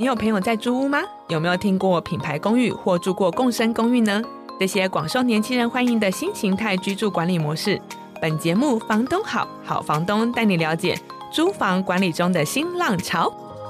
你有朋友在租屋吗？有没有听过品牌公寓或住过共生公寓呢？这些广受年轻人欢迎的新形态居住管理模式，本节目房东好好房东带你了解租房管理中的新浪潮。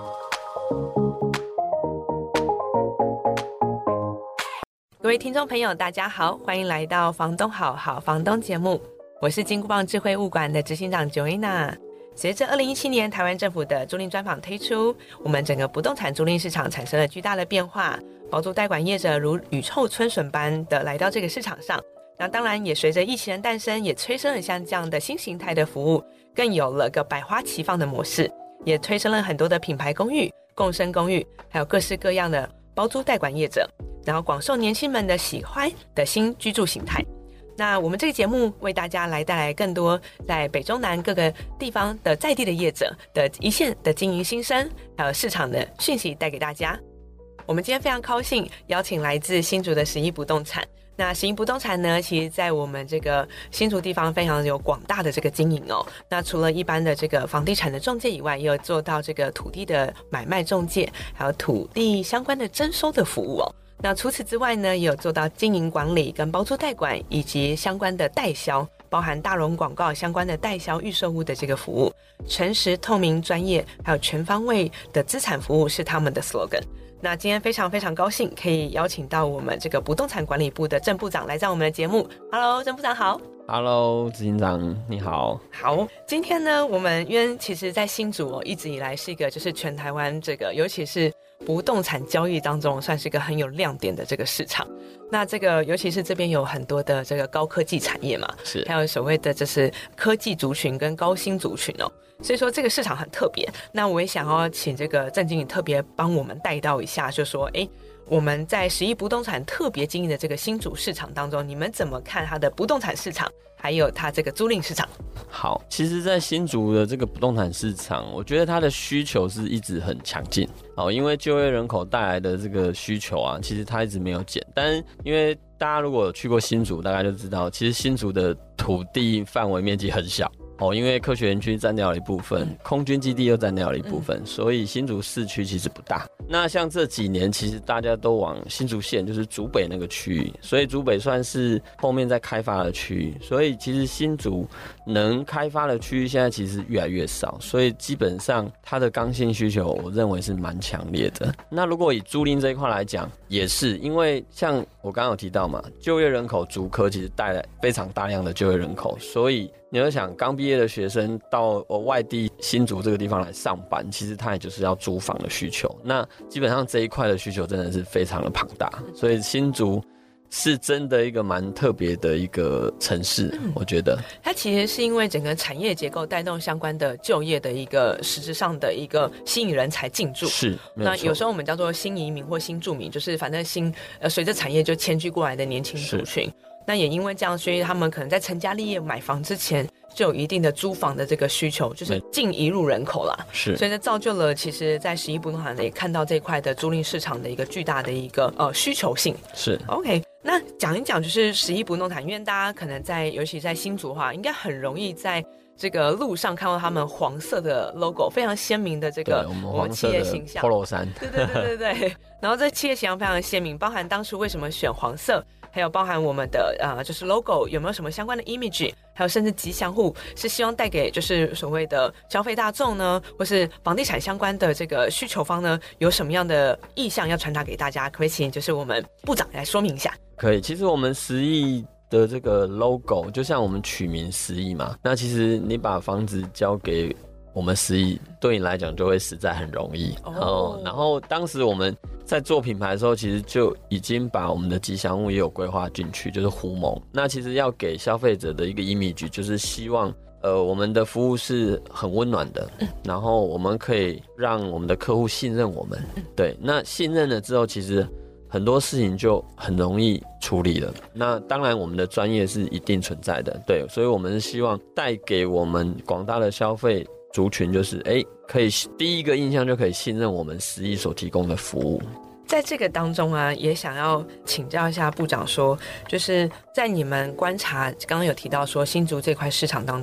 各位听众朋友大家好，欢迎来到房东好好房东节目，我是金箍棒智慧物管的执行长 Joanna。 随着2017年台湾政府的租赁专访推出，我们整个不动产租赁市场产生了巨大的变化，包租代管业者如雨后春笋般的来到这个市场上。那当然也随着疫情的诞生，也催生了像这样的新形态的服务，更有了个百花齐放的模式，也催生了很多的品牌公寓、共生公寓，还有各式各样的包租代管业者，然后广受年轻人的喜欢的新居住形态。那我们这个节目为大家来带来更多在北中南各个地方的在地的业者的一线的经营心声，还有市场的讯息带给大家。我们今天非常高兴邀请来自新竹的11不动产。那11不动产呢，其实在我们这个新竹地方非常有广大的这个经营哦。那除了一般的这个房地产的仲介以外，也有做到这个土地的买卖仲介，还有土地相关的征收的服务哦。那除此之外呢，也有做到经营管理跟包租代管以及相关的代销，包含大容广告相关的代销预售屋的这个服务，诚实透明专业还有全方位的资产服务是他们的 slogan。 那今天非常非常高兴可以邀请到我们这个不动产管理部的郑部长来上我们的节目。 Hello 郑部长好。 Hello 执行长你好。 好，今天呢我们因为其实在新竹一直以来是一个就是全台湾这个尤其是不动产交易当中算是一个很有亮点的这个市场。那这个尤其是这边有很多的这个高科技产业嘛， 是， 还有所谓的就是科技族群跟高薪族群哦，所以说这个市场很特别。那我也想要请这个郑经理特别帮我们带到一下，就说我们在11不动产特别经营的这个新竹市场当中，你们怎么看它的不动产市场还有它这个租赁市场？ 好，其实在新竹的这个不动产市场，我觉得它的需求是一直很强劲，因为就业人口带来的这个需求啊，其实它一直没有减。但因为大家如果有去过新竹，大概就知道其实新竹的土地范围面积很小，因为科学园区占掉了一部分，空军基地又占掉了一部分，所以新竹市区其实不大。那像这几年其实大家都往新竹县就是竹北那个区域，所以竹北算是后面在开发的区域，所以其实新竹能开发的区域现在其实越来越少，所以基本上它的刚性需求我认为是蛮强烈的。那如果以租赁这一块来讲，也是因为像我刚刚有提到嘛，就业人口竹科其实带来非常大量的就业人口，所以你要想刚毕业的学生到外地新竹这个地方来上班，其实他也就是要租房的需求，那基本上这一块的需求真的是非常的庞大，所以新竹是真的一个蛮特别的一个城市，我觉得它其实是因为整个产业结构带动相关的就业的一个实质上的一个吸引人才进驻。 是， 那有时候我们叫做新移民或新住民，就是反正随着产业就迁居过来的年轻族群。那也因为这样，所以他们可能在成家立业买房之前就有一定的租房的这个需求，就是净移入人口啦。 是， 所以这造就了其实在11不动产也看到这块的租赁市场的一个巨大的一个需求性。 是 OK。 那讲一讲就是11不动产，因为大家可能尤其在新竹的话，应该很容易在这个路上看到他们黄色的 logo， 非常鲜明的这个我们企业形象 polo 衫。 对。然后这企业形象非常鲜明，包含当初为什么选黄色，还有包含我们的就是 logo 有没有什么相关的 image， 还有甚至吉祥物是希望带给就是所谓的消费大众呢，或是房地产相关的这个需求方呢，有什么样的意向要传达给大家？可不可以请就是我们部长来说明一下？ 可以，其实我们10亿的这个 logo 就像我们取名10亿嘛，那其实你把房子交给我们10亿，对你来讲就会实在很容易然后当时我们在做品牌的时候，其实就已经把我们的吉祥物也有规划进去，就是狐獴。那其实要给消费者的一个 image， 就是希望我们的服务是很温暖的，然后我们可以让我们的客户信任我们。对，那信任了之后，其实很多事情就很容易处理了。那当然我们的专业是一定存在的，对，所以我们是希望带给我们广大的消费族群，就是可以第一个印象就可以信任我们10亿所提供的服务。 在这个当中啊，也想要请教一下部长说，就是在你们观察，刚刚有提到说新竹这块市场当中，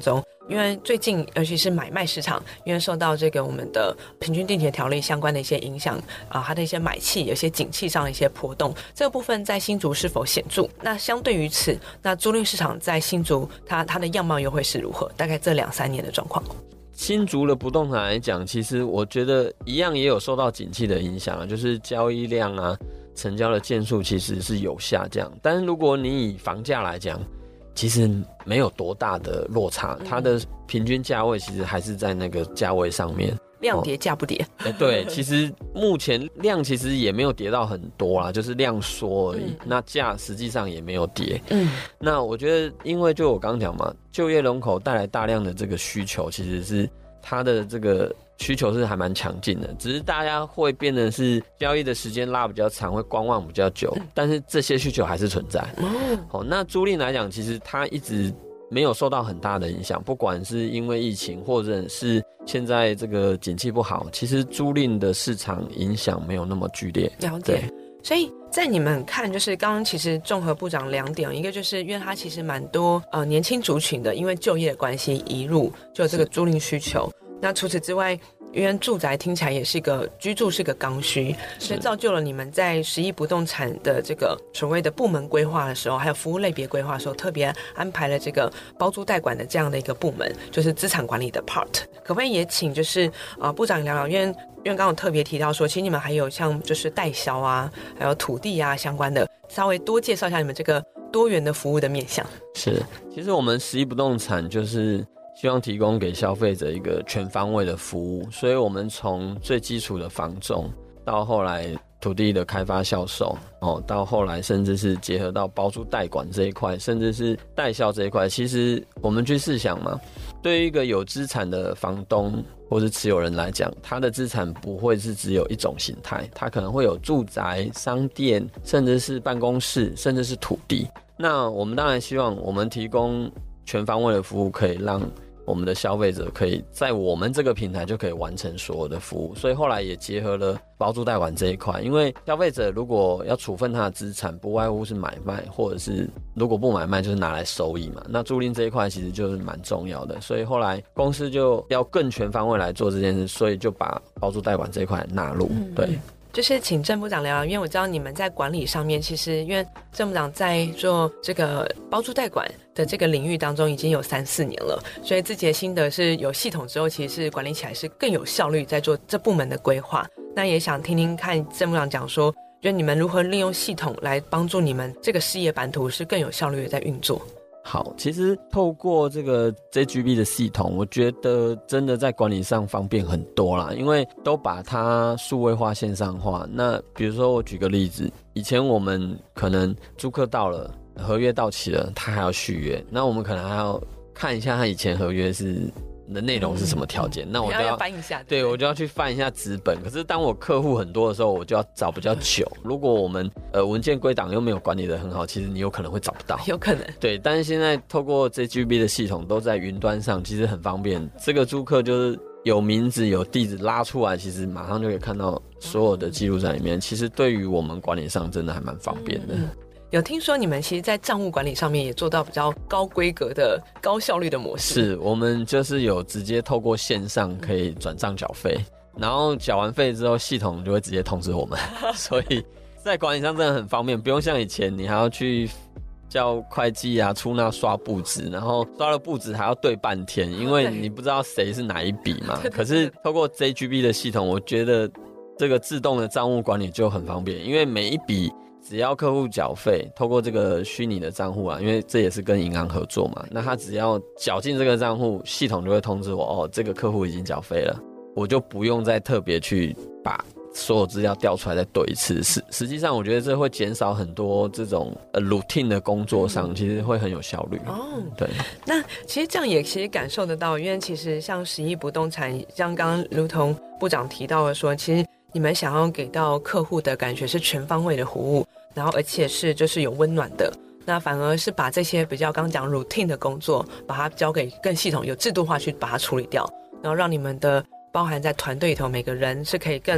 因为最近尤其是买卖市场，因为受到这个我们的平均地权条例相关的一些影响它的一些买气有些景气上的一些波动，这个部分在新竹是否显著？那相对于此，那租赁市场在新竹它的样貌又会是如何？大概这2-3年的状况。 新竹的不动产来讲，其实我觉得一样也有受到景气的影响，就是交易量啊、成交的件数其实是有下降。但是如果你以房价来讲，其实没有多大的落差，它的平均价位其实还是在那个价位上面。 量跌价不跌， 对，其实目前量其实也没有跌到很多啦，就是量缩而已。那价实际上也没有跌。那我觉得，因为就我刚刚讲嘛，就业人口带来大量的这个需求，其实是它的这个需求是还蛮强劲的，只是大家会变得是交易的时间拉比较长，会观望比较久，但是这些需求还是存在。那租赁来讲，其实它一直没有受到很大的影响，不管是因为疫情，或者是现在这个景气不好，其实租赁的市场影响没有那么剧烈。 了解。所以在你们看，就是刚刚其实综合部长2点，一个就是因为它其实蛮多年轻族群的，因为就业的关系移入，就有这个租赁需求。那除此之外，因为住宅听起来也是一个居住是个刚需，所以造就了你们在11不动产的这个所谓的部门规划的时候，还有服务类别规划的时候，特别安排了这个包租代管的这样的一个部门，就是资产管理的 part。可不可以也请就是部长聊聊，因为刚刚有特别提到说，其实你们还有像就是代销啊，还有土地啊相关的，稍微多介绍一下你们这个多元的服务的面向。 是，其实我们11不动产就是希望提供给消费者一个全方位的服务，所以我们从最基础的房仲，到后来土地的开发销售，到后来甚至是结合到包租代管这一块，甚至是代销这一块。其实我们去试想嘛，对于一个有资产的房东或是持有人来讲，他的资产不会是只有一种形态，他可能会有住宅、商店，甚至是办公室，甚至是土地。那我们当然希望我们提供全方位的服务，可以让我们的消费者可以在我们这个平台就可以完成所有的服务，所以后来也结合了包租代管这一块。因为消费者如果要处分他的资产，不外乎是买卖，或者是如果不买卖就是拿来收益嘛。那租赁这一块其实就是蛮重要的，所以后来公司就要更全方位来做这件事，所以就把包租代管这一块纳入。对。 就是请郑部长聊聊，因为我知道你们在管理上面，其实因为郑部长在做这个包租代管的这个领域当中已经有3-4年了，所以自己的心得是有系统之后，其实是管理起来是更有效率，在做这部门的规划。那也想听听看郑部长讲说，就你们如何利用系统来帮助你们这个事业版图是更有效率的在运作。 好，其实透过这个 JGB 的系统，我觉得真的在管理上方便很多啦，因为都把它数位化、线上化。那比如说我举个例子，以前我们可能租客到了，合约到期了，他还要续约，那我们可能还要看一下他以前合约的内容是什么条件，那我就要翻一下， 对，我就要去翻一下纸本。可是当我客户很多的时候，我就要找比较久。如果我们文件归档又没有管理得很好，其实你有可能会找不到， 有可能。 对，但是现在透过 JGB 的系统都在云端上，其实很方便。这个租客就是有名字有地址拉出来，其实马上就可以看到所有的记录在里面。其实对于我们管理上真的还蛮方便的。 有听说你们其实在账务管理上面也做到比较高规格的高效率的模式。 是，我们就是有直接透过线上可以转账缴费，然后缴完费之后系统就会直接通知我们所以在管理上真的很方便，不用像以前你还要去叫会计啊出纳刷簿子，然后刷了簿子还要对半天，因为你不知道谁是哪一笔嘛。可是透过 JGB 的系统，我觉得这个自动的账务管理就很方便，因为每一笔只要客户缴费，透过这个虚拟的账户啊，因为这也是跟银行合作嘛，那他只要缴进这个账户，系统就会通知我，这个客户已经缴费了，我就不用再特别去把所有资料调出来再对一次。实际上我觉得这会减少很多这种routine 的工作上，其实会很有效率。对。 那其实这样也其实感受得到，因为其实像11不动产，像刚刚如同部长提到的说，其实你们想要给到客户的感觉是全方位的服务，然后而且是就是有温暖的，那反而是把这些比较刚讲 routine 的工作，把它交给更系统有制度化去把它处理掉，然后让你们的包含在团队里头每个人是可以更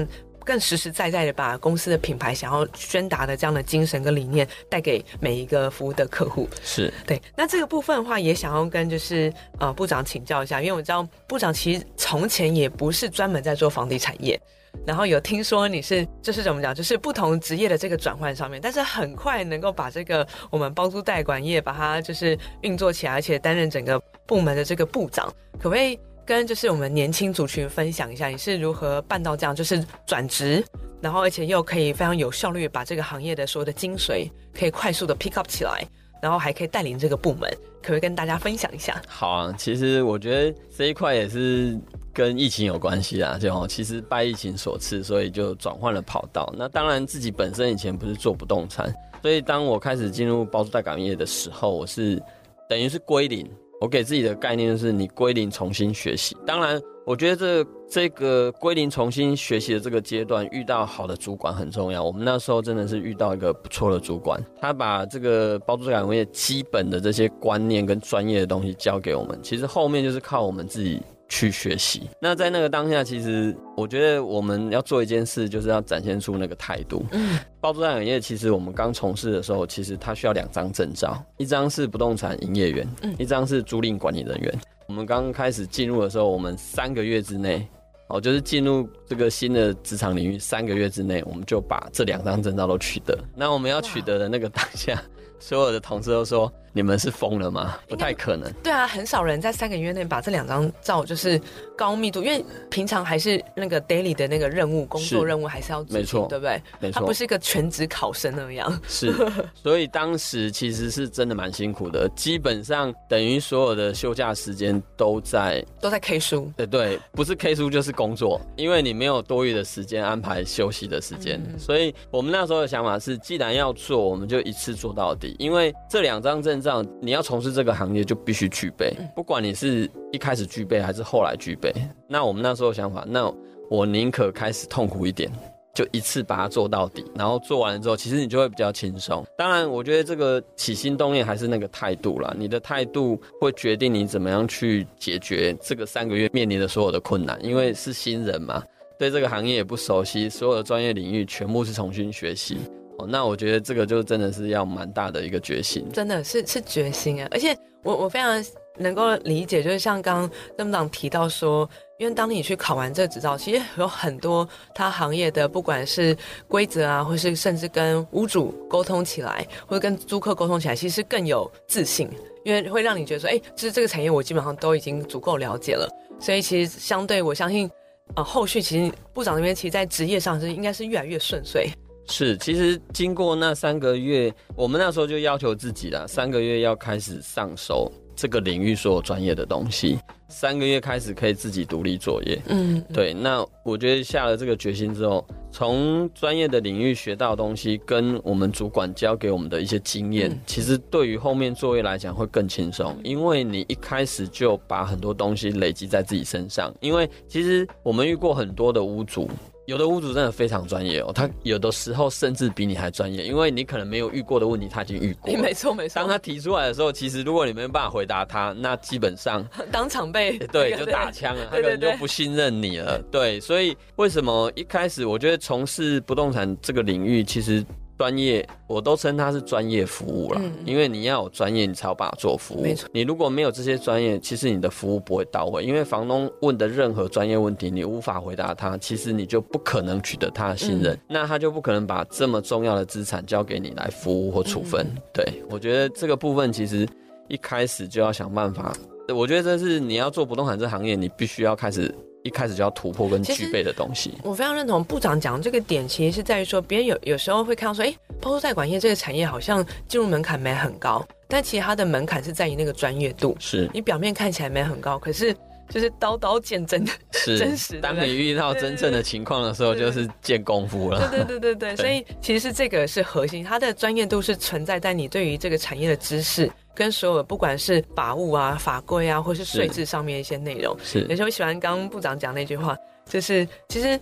更实实在在的把公司的品牌想要宣达的这样的精神跟理念带给每一个服务的客户。 是， 对。那这个部分的话，也想要跟就是部长请教一下，因为我知道部长其实从前也不是专门在做房地产业，然后有听说你是就是怎么讲，就是不同职业的这个转换上面，但是很快能够把这个我们包租代管业把它就是运作起来，而且担任整个部门的这个部长，可不可以跟就是我们年轻族群分享一下，你是如何办到这样，就是转职，然后而且又可以非常有效率把这个行业的所有的精髓可以快速的 pick up 起来，然后还可以带领这个部门，可不可以跟大家分享一下？ 好啊，其实我觉得这一块也是跟疫情有关系啦，就其实拜疫情所赐，所以就转换了跑道。那当然自己本身以前不是做不动产，所以当我开始进入包租代管业的时候，我是等于是归零。我给自己的概念就是你归零重新学习。当然我觉得这个归零重新学习的这个阶段，遇到好的主管很重要。我们那时候真的是遇到一个不错的主管，他把这个包租代管业基本的这些观念跟专业的东西教给我们，其实后面就是靠我们自己去学习。那在那个当下，其实我觉得我们要做一件事，就是要展现出那个态度。包租代管业其实我们刚从事的时候，其实它需要2张证照，一张是不动产营业员，一张是租赁管理人员。我们刚开始进入的时候，我们3个月之内，就是进入这个新的职场领域3个月之内，我们就把这2张证照都取得。那我们要取得的那个当下，所有的同事都说：“你们是疯了吗？不太可能。” 对啊，很少人在3个月内把这2张照就是高密度，因为平常还是那个 daily 的那个任务、工作任务还是要执行，对不对？ 没错， 他不是一个全职考生那样。 是，所以当时其实是真的蛮辛苦的，基本上等于所有的休假时间都在 K 书。对，不是 K 书就是工作，因为你没有多余的时间安排休息的时间。所以我们那时候的想法是，既然要做，我们就一次做到底。因为这2张证照，你要从事这个行业就必须具备，不管你是一开始具备还是后来具备。那我们那时候的想法，那我宁可开始痛苦一点，就一次把它做到底，然后做完了之后，其实你就会比较轻松。当然，我觉得这个起心动念还是那个态度啦，你的态度会决定你怎么样去解决这个3个月面临的所有的困难，因为是新人嘛，对这个行业也不熟悉，所有的专业领域全部是重新学习。那我觉得这个就真的是要蛮大的一个决心，真的是决心啊！而且我非常能够理解，就是像刚刚任部长提到说，因为当你去考完这个执照，其实有很多他行业的不管是规则啊，或是甚至跟屋主沟通起来，或者跟租客沟通起来，其实更有自信，因为会让你觉得说，就是这个产业我基本上都已经足够了解了，所以其实相对我相信，后续其实部长那边其实在职业上是应该是越来越顺遂。 是，其实经过那3个月，我们那时候就要求自己啦，3个月要开始上手这个领域所有专业的东西，3个月开始可以自己独立作业。对。那我觉得下了这个决心之后，从专业的领域学到的东西，跟我们主管教给我们的一些经验，其实对于后面作业来讲会更轻松，因为你一开始就把很多东西累积在自己身上。因为其实我们遇过很多的屋主。有的屋主真的非常专业他有的时候甚至比你还专业，因为你可能没有遇过的问题他已经遇过了。 没错。 当他提出来的时候，其实如果你没办法回答他，那基本上当场被对就打枪了，他可能就不信任你了。对，所以为什么一开始我觉得从事不动产这个领域，其实专业我都称它是专业服务啦，因为你要有专业你才有办法做服务。没错，你如果没有这些专业，其实你的服务不会到位，因为房东问的任何专业问题你无法回答他，其实你就不可能取得他的信任，那他就不可能把这么重要的资产交给你来服务或处分。对，我觉得这个部分其实一开始就要想办法，我觉得这是你要做不动产这行业你必须要一开始就要突破跟具备的东西。 我非常认同部长讲这个点，其实是在于说，别人有时候会看到说，包租代管业这个产业好像进入门槛没很高，但其实它的门槛是在于那个专业度。是你表面看起来没很高，可是就是刀刀见真实。 当你遇到真正的情况的时候，就是见功夫了。 对，所以其实是这个是核心，它的专业度是存在在你对于这个产业的知识。跟所有不管是法务啊、法规啊，或是税制上面一些内容，是有时候我喜欢刚刚部长讲那句话，就是其实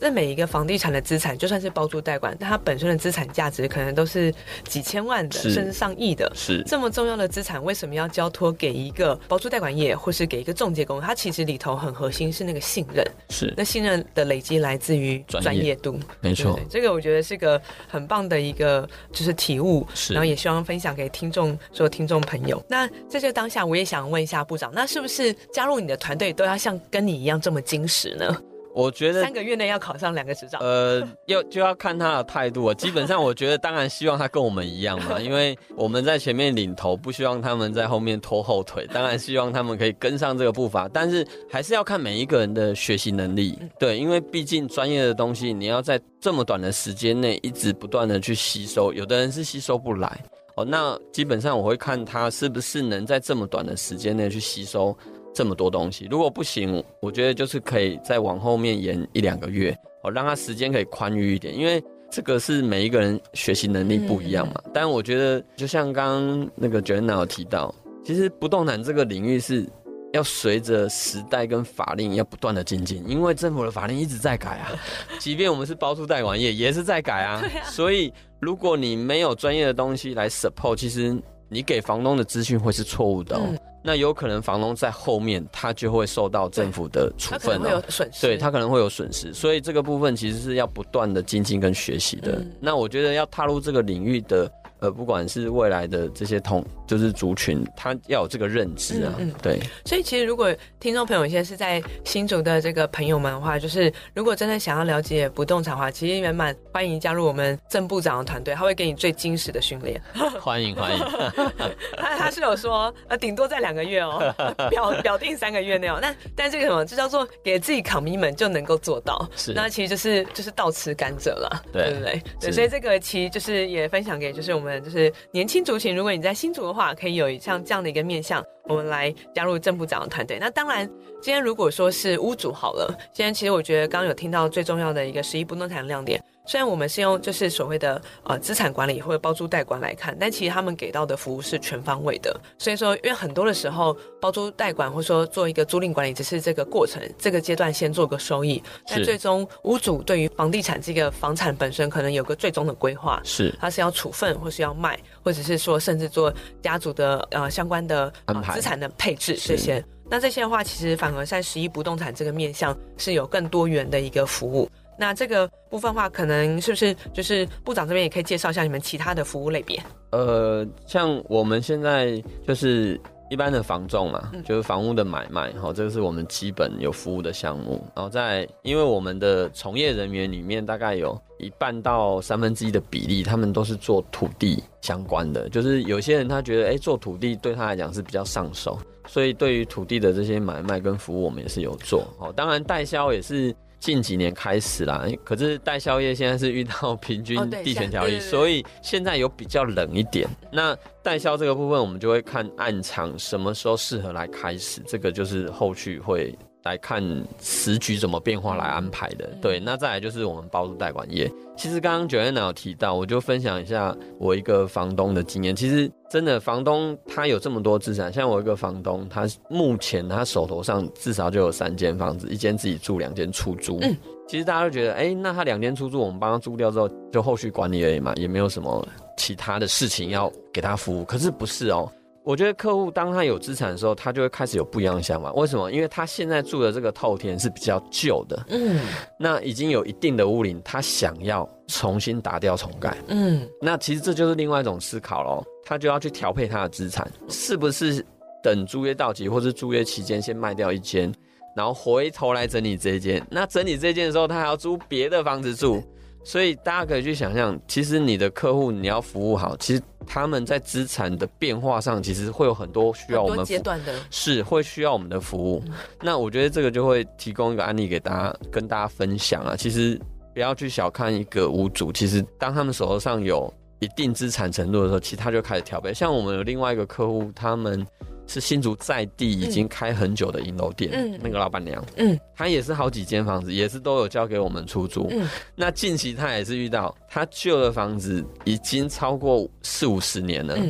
这每一个房地产的资产，就算是包租代管，但它本身的资产价值可能都是几千万的，甚至上亿的。 是这么重要的资产，为什么要交托给一个包租代管业，或是给一个仲介公司？它其实里头很核心是那个信任。 是， 那信任的累积来自于专业度。 没错， 这个我觉得是个很棒的一个就是体悟，然后也希望分享给听众朋友。那在这个当下，我也想问一下部长，那是不是加入你的团队都要像跟你一样这么精实呢？ 我觉得 3个月内要考上2个执照， 就要看他的态度啊。基本上，我觉得当然希望他跟我们一样嘛，因为我们在前面领头，不希望他们在后面拖后腿。当然希望他们可以跟上这个步伐，但是还是要看每一个人的学习能力。对，因为毕竟专业的东西，你要在这么短的时间内一直不断的去吸收，有的人是吸收不来。那基本上我会看他是不是能在这么短的时间内去吸收这么多东西。如果不行，我觉得就是可以再往后面延1-2个月，让他时间可以宽裕一点，因为这个是每一个人学习能力不一样嘛。但我觉得就像刚刚那个 Joanna 有提到，其实不动产这个领域是要随着时代跟法令要不断的精进，因为政府的法令一直在改啊，即便我们是包租代管业也是在改啊。所以如果你没有专业的东西来 support， 其实你给房东的资讯会是错误的那有可能房东在后面他就会受到政府的处分， 他可能会有损失， 对，他可能会有损失，所以这个部分其实是要不断的精进跟学习的。那我觉得要踏入这个领域的不管是未来的这些就是族群，他要有这个认知啊。对。 所以其实如果听众朋友现在是在新竹的这个朋友们的话，就是如果真的想要了解不动产的话，其实圆满欢迎加入我们郑部长的团队，他会给你最精实的训练。 欢迎。 他是有说顶多在2个月表定3个月内但这个什么，这叫做给自己commitment就能够做到。是。那其实就是倒吃甘蔗啦，对不对？对，所以这个其实就是也分享给就是我们就是年轻族群，如果你在新竹的话，可以有像这样的一个面向，我们来加入郑部长的团队。那当然今天如果说是屋主好了，今天其实我觉得刚刚有听到最重要的一个11不动产亮点，虽然我们是用就是所谓的资产管理或者包租代管来看，但其实他们给到的服务是全方位的。所以说因为很多的时候包租代管或者说做一个租赁管理只是这个过程，这个阶段先做个收益，但最终屋主对于房地产这个房产本身可能有个最终的规划，是他是要处分或是要卖，或者是说甚至做家族的相关的资产的配置这些。那这些的话其实反而在11不动产这个面向是有更多元的一个服务。那这个部分的话，可能是不是就是部长这边也可以介绍一下你们其他的服务类别？ 像我们现在就是一般的房仲嘛，就是房屋的买卖，这个是我们基本有服务的项目。然后因为我们的从业人员里面大概有1半到1/3的比例，他们都是做土地相关的。就是有些人他觉得，做土地对他来讲是比较上手，所以对于土地的这些买卖跟服务，我们也是有做。当然代销也是近几年开始啦，可是代销业现在是遇到平均地权条例，所以现在有比较冷一点。那代销这个部分，我们就会看案场什么时候适合来开始，这个就是后续会来看时局怎么变化来安排的。对，那再来就是我们包租代管业。其实刚刚Joanna有提到，我就分享一下我一个房东的经验。其实真的房东他有这么多资产，像我一个房东，他目前他手头上至少就有3间房子，1间自己住，2间出租。其实大家都觉得，那他2间出租，我们帮他租掉之后，就后续管理而已嘛，也没有什么其他的事情要给他服务。可是不是哦。我觉得客户当他有资产的时候，他就会开始有不一样的想法。为什么？因为他现在住的这个透天是比较旧的，那已经有一定的屋龄，他想要重新打掉重盖，那其实这就是另外一种思考咯，他就要去调配他的资产，是不是等租约到期或是租约期间先卖掉1间，然后回头来整理这一间。那整理这一间的时候，他还要租别的房子住。所以大家可以去想象，其实你的客户你要服务好，其实他们在资产的变化上，其实会有很多需要我们阶段的，是会需要我们的服务。那我觉得这个就会提供一个案例给大家，跟大家分享啊。其实不要去小看一个屋主，其实当他们手头上有一定资产程度的时候，其实他就开始调配。像我们有另外一个客户，他们是新竹在地已经开很久的银楼店，那个老板娘，她也是好几间房子，也是都有交给我们出租。那近期她也是遇到，她旧的房子已经超过40-50年了，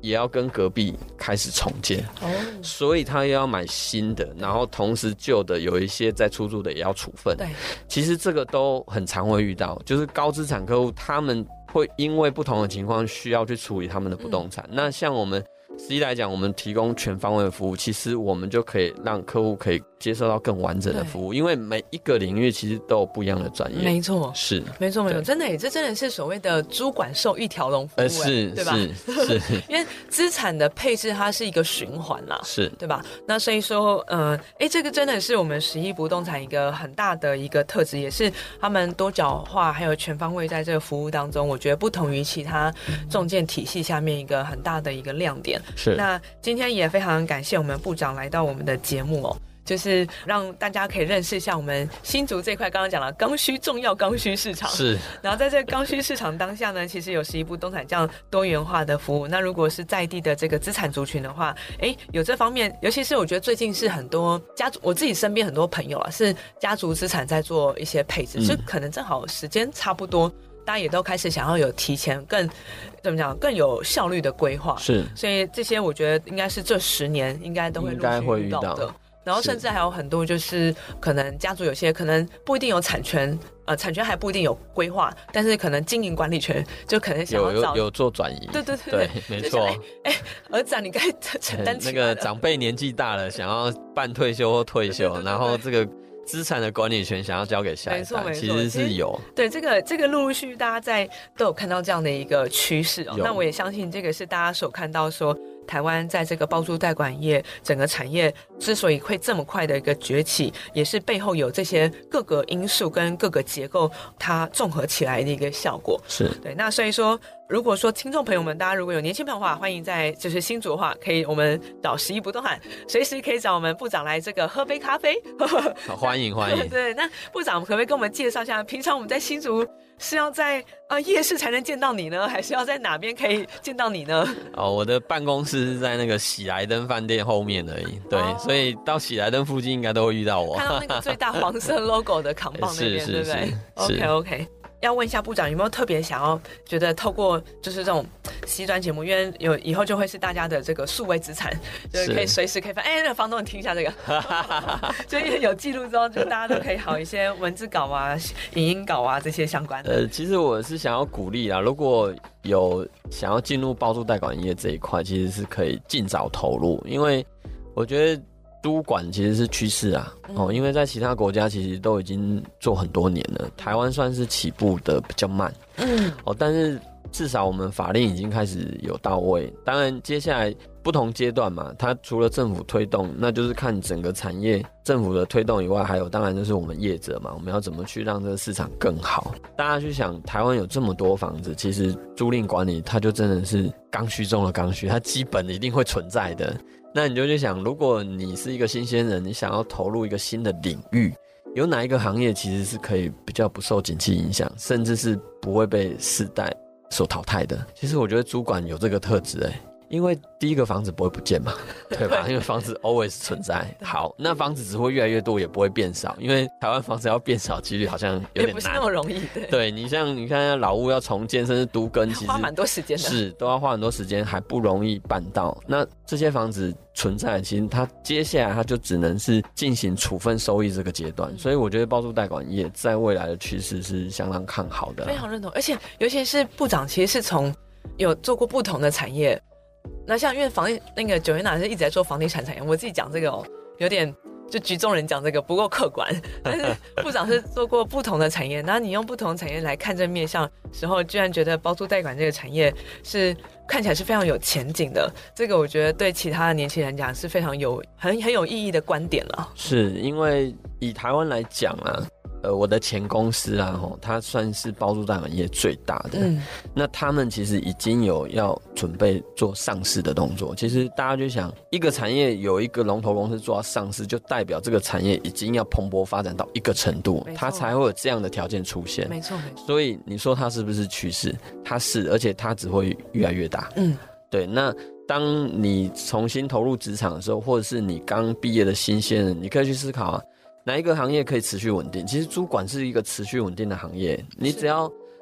也要跟隔壁开始重建，所以他又要买新的，然后同时旧的有一些在出租的也要处分。对，其实这个都很常会遇到，就是高资产客户他们会因为不同的情况需要去处理他们的不动产。那像我们实际来讲，我们提供全方位的服务，其实我们就可以让客户可以接受到更完整的服务，因为每一个领域其实都有不一样的专业。 没错， 是没错，真的耶，这真的是所谓的租管授一条龙服务， 是， 对吧？ 是因为资产的配置它是一个循环啦， 是， 对吧？那所以说，这个真的是我们十一不动产一个很大的一个特质，也是他们多角化还有全方位在这个服务当中，我觉得不同于其他仲介体系下面一个很大的一个亮点。 是， 那今天也非常感谢我们部长来到我们的节目哦，就是让大家可以认识一下我们新竹这块刚刚讲了刚需重要刚需市场。 是， 然后在这个刚需市场当下呢，其实有十一不动产这样多元化的服务。那如果是在地的这个资产族群的话，有这方面，尤其是我觉得最近是很多家族，我自己身边很多朋友啊，是家族资产在做一些配置，就可能正好时间差不多。大家也都开始想要有提前更有效率的规划，是，所以这些我觉得应该是这10年应该都会陆续遇到的。然后甚至还有很多就是可能家族有些可能不一定有产权，产权还不一定有规划，但是可能经营管理权就可能想要有做转移。 对， 没错。 儿子啊，你该承担起来那个长辈年纪大了，想要半退休或退休，然后这个资产的管理权想要交给下一代，其实是有。 对，这个陆陆续续大家都有看到这样的一个趋势哦。那我也相信这个是大家所看到说，台湾在这个包租代管业整个产业之所以会这么快的一个崛起，也是背后有这些各个因素跟各个结构它综合起来的一个效果。 是， 对。那所以说，如果说听众朋友们，大家如果有年轻朋友的话，欢迎在就是新竹的话，可以我们找十一不动产，随时可以找我们部长来这个喝杯咖啡。 欢迎。 对，那部长可不可以跟我们介绍一下，平常我们在新竹是要在夜市才能见到你呢，还是要在哪边可以见到你呢？ 我的办公室是在那个喜来登饭店后面而已。对，所以到喜来登附近应该都会遇到我。 看到那个最大黄色 logo 的扛棒那边，对不对？OK。要问一下部长有没有特别想要觉得透过就是这种西专节目，因为以后就会是大家的这个数位资产，就是可以随时可以翻。那个房东你听一下这个，就因为有记录之后，就大家都可以好一些文字稿啊、影音稿啊这些相关的。 其实我是想要鼓励啦，如果有想要进入包租代管业这一块，其实是可以尽早投入，因为我觉得租管其实是趋势啊，因为在其他国家其实都已经做很多年了，台湾算是起步的比较慢，但是至少我们法令已经开始有到位。当然接下来不同阶段嘛，它除了政府推动，那就是看整个产业政府的推动以外，还有当然就是我们业者嘛，我们要怎么去让这个市场更好。大家去想，台湾有这么多房子，其实租赁管理它就真的是刚需中的刚需，它基本一定会存在的。那你就去想，如果你是一个新鲜人，你想要投入一个新的领域，有哪一个行业其实是可以比较不受景气影响，甚至是不会被世代所淘汰的？其实我觉得租管有这个特质因为第一个房子不会不见嘛，对吧？因为房子 always 存在。好，那房子只会越来越多，也不会变少，因为台湾房子要变少几率好像有点难， 也不是那么容易。 对，你看老屋要重建，甚至都更，其实花蛮多时间的， 是都要花很多时间，还不容易办到。那这些房子存在，其实它接下来它就只能是进行处分收益这个阶段。所以我觉得包租代管业在未来的趋势是相当看好的， 非常认同。而且尤其是部长其实是从有做过不同的产业。那像因为那个九元娜是一直在做房地产产业，我自己讲这个有点就局中人讲这个不够客观，但是部长是做过不同的产业，然后你用不同的产业来看这面向时候，居然觉得包租代管这个产业是看起来是非常有前景的。这个我觉得对其他的年轻人讲是非常很有意义的观点了。 是因为以台湾来讲啊。我的前公司啊，它算是包租代管业最大的。那他们其实已经有要准备做上市的动作。其实大家就想，一个产业有一个龙头公司做到上市，就代表这个产业已经要蓬勃发展到一个程度，它才会有这样的条件出现。 没错。 所以你说它是不是趋势？它是，而且它只会越来越大。对。那当你重新投入职场的时候，或者是你刚毕业的新鲜人，你可以去思考哪一个行业可以持续稳定？其实租管是一个持续稳定的行业，你只要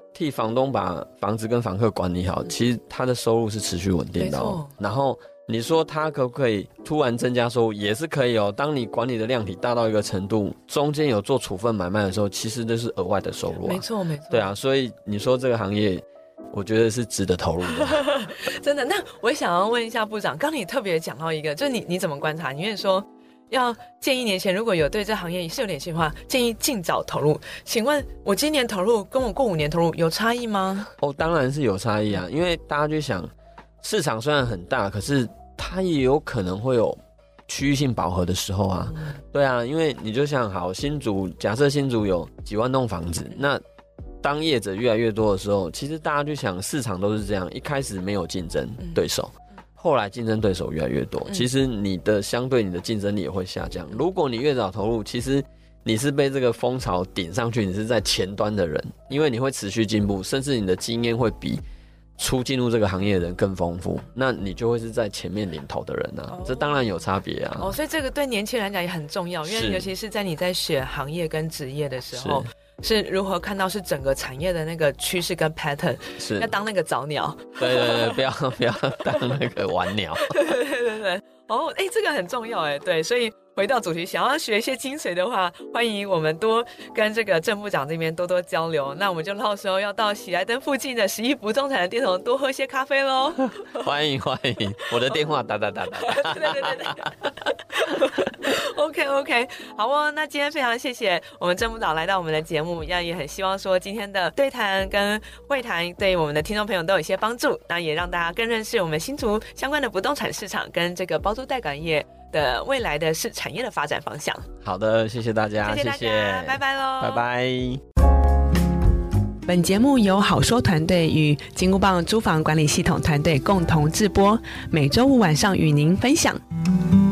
替房东把房子跟房客管理好，其实他的收入是持续稳定的哦。然后你说他可不可以突然增加收入，也是可以哦。当你管理的量体大到一个程度，中间有做处分买卖的时候，其实那是额外的收入啊。 没错没错。 对啊，所以你说这个行业，我觉得是值得投入的。 真的。那我想要问一下部长，刚你特别讲到一个，就是你怎么观察？你也说要建议年前如果有对这行业是有点兴趣的话，建议尽早投入。请问我今年投入跟我过5年投入有差异吗？ 哦，当然是有差异啊，因为大家就想，市场虽然很大，可是它也有可能会有区域性饱和的时候啊。对啊，因为你就像好假设新竹有几万栋房子，那当业者越来越多的时候，其实大家就想市场都是这样，一开始没有竞争对手。后来竞争对手越来越多，其实你的竞争力也会下降。如果你越早投入，其实你是被这个风潮顶上去，你是在前端的人，因为你会持续进步，甚至你的经验会比初进入这个行业的人更丰富，那你就会是在前面领头的人啊。这当然有差别啊。 所以这个对年轻人来讲也很重要，因为尤其是在你在选行业跟职业的时候，是如何看到是整个产业的那个趋势跟 pattern， 是要当那个早鸟。 对对对，不要当那个晚鸟。 对对对对。这个很重要哎。对，所以回到主题，想要学一些精髓的话，欢迎我们多跟这个郑部长这边多多交流。那我们就到时候要到喜来登附近的11不动产的店头多喝些咖啡咯。 欢迎，我的电话打。对。 OK， 好哦。那今天非常谢谢我们郑部长来到我们的节目，也很希望说今天的对谈跟会谈对我们的听众朋友都有一些帮助，那也让大家更认识我们新竹相关的不动产市场跟这个包租代管业的未来的产业的发展方向。 好的，谢谢大家， 谢谢大家，拜拜咯， 拜拜。 本节目由好说团队与金箍棒租房管理系统团队共同制播，每周5晚上与您分享。